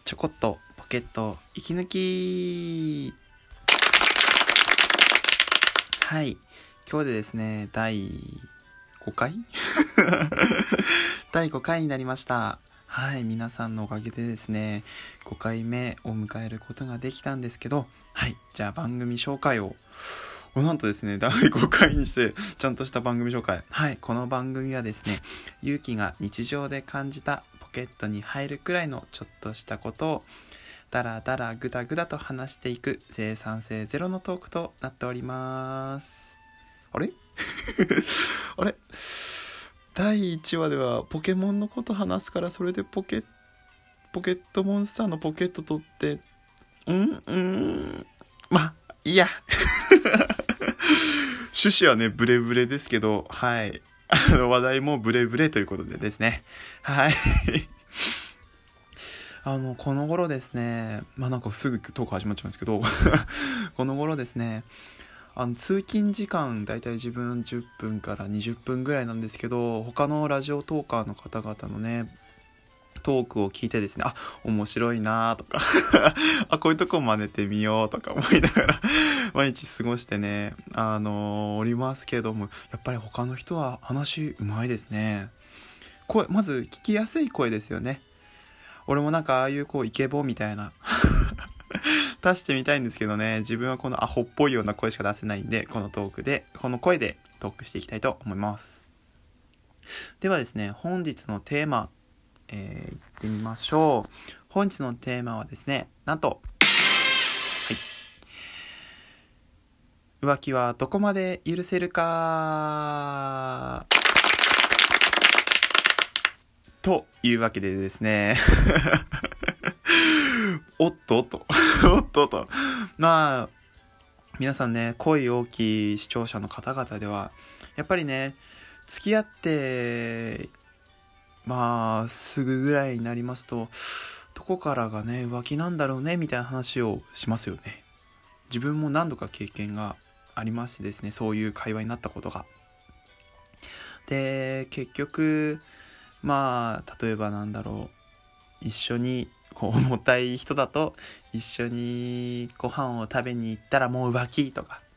ちょこっとポケット息抜き。はい、今日でですね第5回第5回になりました。はい、皆さんのおかげでですね5回目を迎えることができたんですけど、はい、じゃあ番組紹介をなんとですね第5回にしてちゃんとした番組紹介。はい、この番組はですね勇気が日常で感じたポケットに入るくらいのちょっとしたことをだらだらぐだぐだと話していく生産性ゼロのトークとなっております。あれあれ、第1話ではポケモンのこと話すから、それでポケットモンスターのポケット取ってまあいいや趣旨はねブレブレですけど、はい話題もブレブレということでですね、はいこの頃ですね、なんかすぐトーク始まっちゃうんですけどこの頃ですね、通勤時間だいたい自分10分から20分ぐらいなんですけど、他のラジオトーカーの方々のねトークを聞いてですね、面白いなとかこういうとこ真似てみようとか思いながら毎日過ごしてねおりますけども、やっぱり他の人は話うまいですね。声まず聞きやすい声ですよね。俺もなんかああいうイケボみたいな出してみたいんですけどね、自分はこのアホっぽいような声しか出せないんで、この声でトークしていきたいと思います。ではですね、本日のテーマ、いってみましょう。本日のテーマはですね、なんと、浮気はどこまで許せるかというわけでですねおっと皆さんね、声大きい視聴者の方々ではやっぱりね、付き合ってすぐぐらいになりますと、どこからがね浮気なんだろうねみたいな話をしますよね。自分も何度か経験がありましてですね、そういう会話になったことが。で、結局例えば一緒に重たい人だと一緒にご飯を食べに行ったらもう浮気とか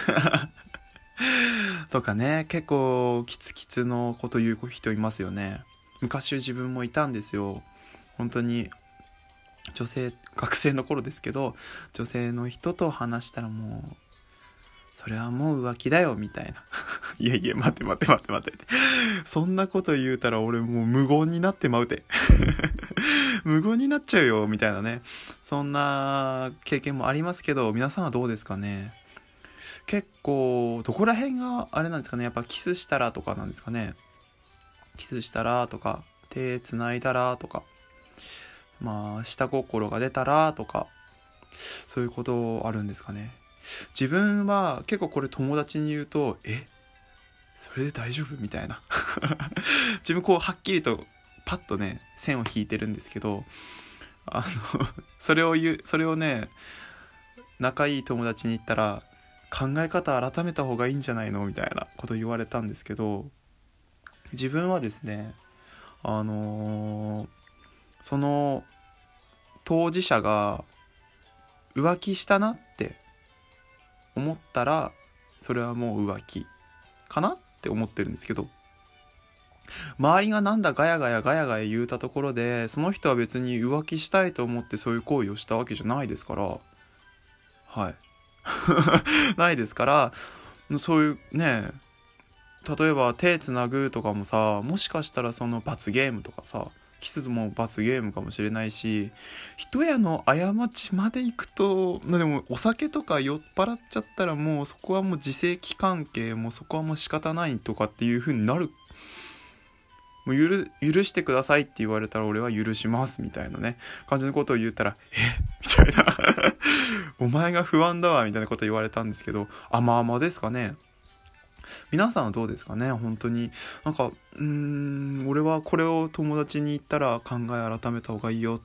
とかね、結構キツキツのこと言う人いますよね。昔自分もいたんですよ。本当に学生の頃ですけど、女性の人と話したらもうそれはもう浮気だよみたいないや待ってそんなこと言うたら俺もう無言になってまうて無言になっちゃうよみたいなね、そんな経験もありますけど、皆さんはどうですかね。結構どこら辺があれなんですかね。やっぱキスしたらとかなんですかね。キスしたらとか、手繋いだらとか、下心が出たらとか、そういうことあるんですかね。自分は結構これ友達に言うと、それで大丈夫みたいな自分はっきりとパッとね線を引いてるんですけど、それをね仲いい友達に言ったら、考え方改めた方がいいんじゃないのみたいなこと言われたんですけど、自分はですねその当事者が浮気したなって思ったら、それはもう浮気かなって思ってるんですけど、周りがなんだガヤガヤ言うたところで、その人は別に浮気したいと思ってそういう行為をしたわけじゃないですから、はいないですから、そういうね、例えば手つなぐとかもさ、もしかしたらその罰ゲームとかさ、キスも罰ゲームかもしれないし、一夜の過ちまで行くと、でもお酒とか酔っ払っちゃったらもうそこはもう自責関係、もうそこはもう仕方ないとかっていう風になる。もう許してくださいって言われたら俺は許しますみたいなね感じのことを言ったら、みたいなお前が不安だわみたいなこと言われたんですけど、甘々ですかね。皆さんはどうですかね。本当に俺はこれを友達に言ったら考え改めた方がいいよって。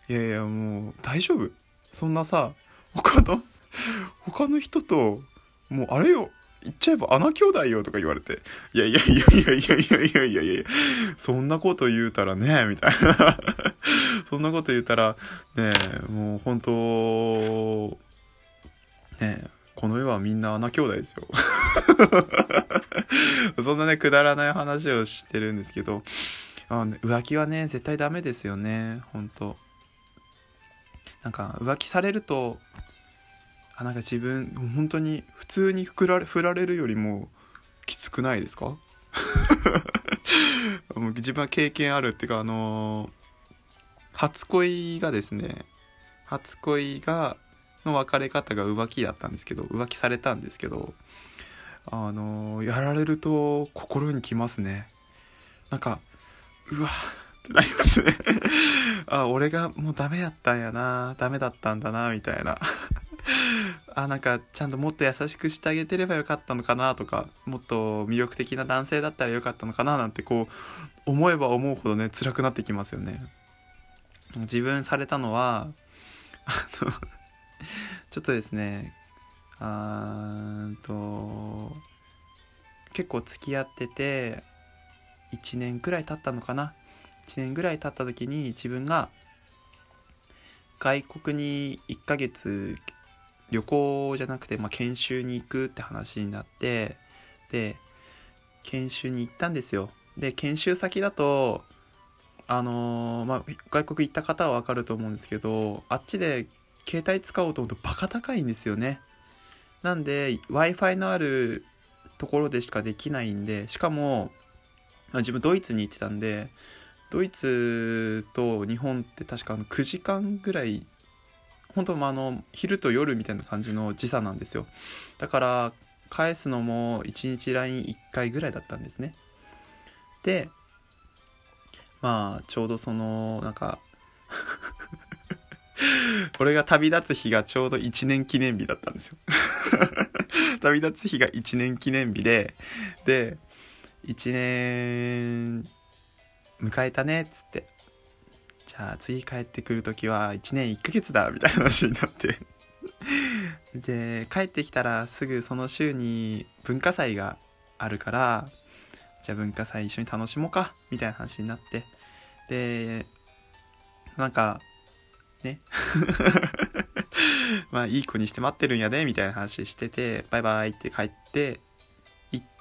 いやもう大丈夫。そんなさ他の人ともうあれよ言っちゃえば穴兄弟よとか言われて、いやそんなこと言うたらねみたいなそんなこと言ったらねえ、もう本当ねえ、この世はみんな穴兄弟ですよ。そんなねくだらない話をしてるんですけど、浮気はね絶対ダメですよね。本当なんか浮気されるとなんか自分本当に普通に振られるよりもきつくないですか？もう自分は経験あるっていうか、初恋がですね、初恋がの別れ方が浮気だったんですけど、浮気されたんですけど、やられると心にきますね。なんかうわってなりますね。俺がもうダメだったんやな、ダメだったんだなみたいな。なんかちゃんともっと優しくしてあげてればよかったのかなとか、もっと魅力的な男性だったらよかったのかななんてこう思えば思うほどね辛くなってきますよね。自分されたのはちょっとですね、結構付き合ってて1年くらい経ったのかな。1年ぐらい経った時に自分が外国に1ヶ月旅行じゃなくて、研修に行くって話になって、で研修に行ったんですよ。で研修先だと外国行った方は分かると思うんですけど、あっちで携帯使おうと思うとバカ高いんですよね。なんで Wi-Fi のあるところでしかできないんで、しかも自分ドイツに行ってたんで、ドイツと日本って確か9時間ぐらい、本当昼と夜みたいな感じの時差なんですよ。だから返すのも1日 LINE1 回ぐらいだったんですね。でちょうどそのなんか俺が旅立つ日がちょうど1年記念日だったんですよ。旅立つ日が1年記念日で1年迎えたねっつって、じゃあ次帰ってくるときは1年1ヶ月だみたいな話になってで帰ってきたらすぐその週に文化祭があるから、じゃあ文化祭一緒に楽しもうかみたいな話になって、でなんかねいい子にして待ってるんやでみたいな話してて、バイバイって帰って行って、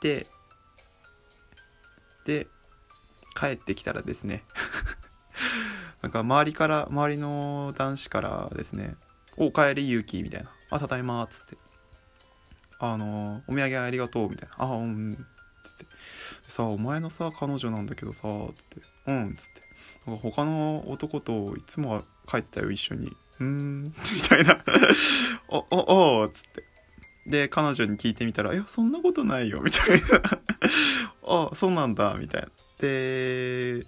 で帰ってきたらですねなんか周りの男子からですね、おかえりゆうきみたいな、ただいまっつって、お土産ありがとうみたいな、うんつって、さあお前のさ彼女なんだけどさつって、うんつって、なんか他の男といつもは帰ってたよ一緒に、みたいなおつって、で彼女に聞いてみたら、いやそんなことないよみたいなそうなんだみたいな。で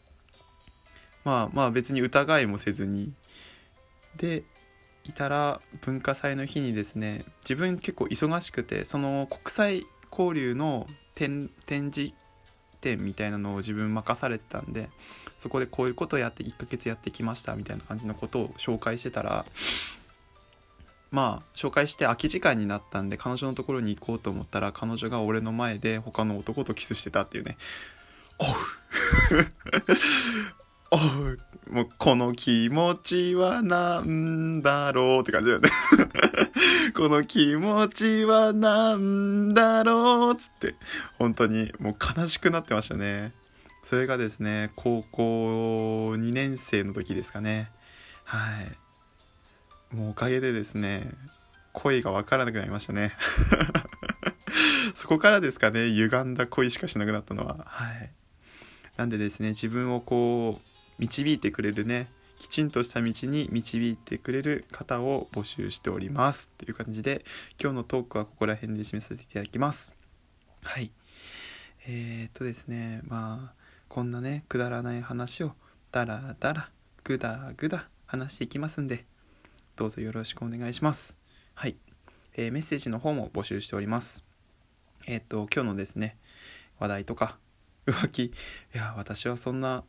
別に疑いもせずにでいたら、文化祭の日にですね、自分結構忙しくて、その国際交流の展示展みたいなのを自分任されてたんで、そこでこういうことをやって1ヶ月やってきましたみたいな感じのことを紹介してたら、紹介して空き時間になったんで彼女のところに行こうと思ったら、彼女が俺の前で他の男とキスしてたっていうね。もうこの気持ちはなんだろうって感じだよねこの気持ちはなんだろうつって、本当にもう悲しくなってましたね。それがですね、高校2年生の時ですかね。はい、もうおかげでですね、恋が分からなくなりましたねそこからですかね、歪んだ恋しかしなくなったのは。はい。なんでですね、自分をこう導いてくれるね、きちんとした道に導いてくれる方を募集しておりますっていう感じで、今日のトークはここら辺で締めさせていただきます。はい。ですね、こんなねくだらない話をだらだらぐだぐだ話していきますんで、どうぞよろしくお願いします。はい。メッセージの方も募集しております。今日のですね話題とか、浮気、私はその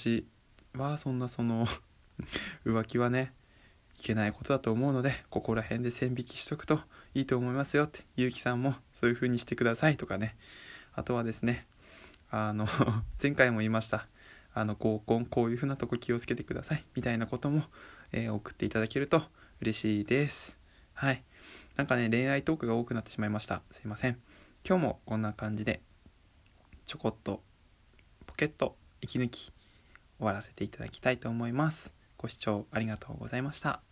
浮気はねいけないことだと思うので、ここら辺で線引きしとくといいと思いますよって、ゆうきさんもそういう風にしてくださいとかね。あとはですね前回も言いました、 合コンこういう風なとこ気をつけてくださいみたいなことも、送っていただけると嬉しいです。はい。なんかね、恋愛トークが多くなってしまいました。すいません。今日もこんな感じでちょこっとポケット息抜き終わらせていただきたいと思います。ご視聴ありがとうございました。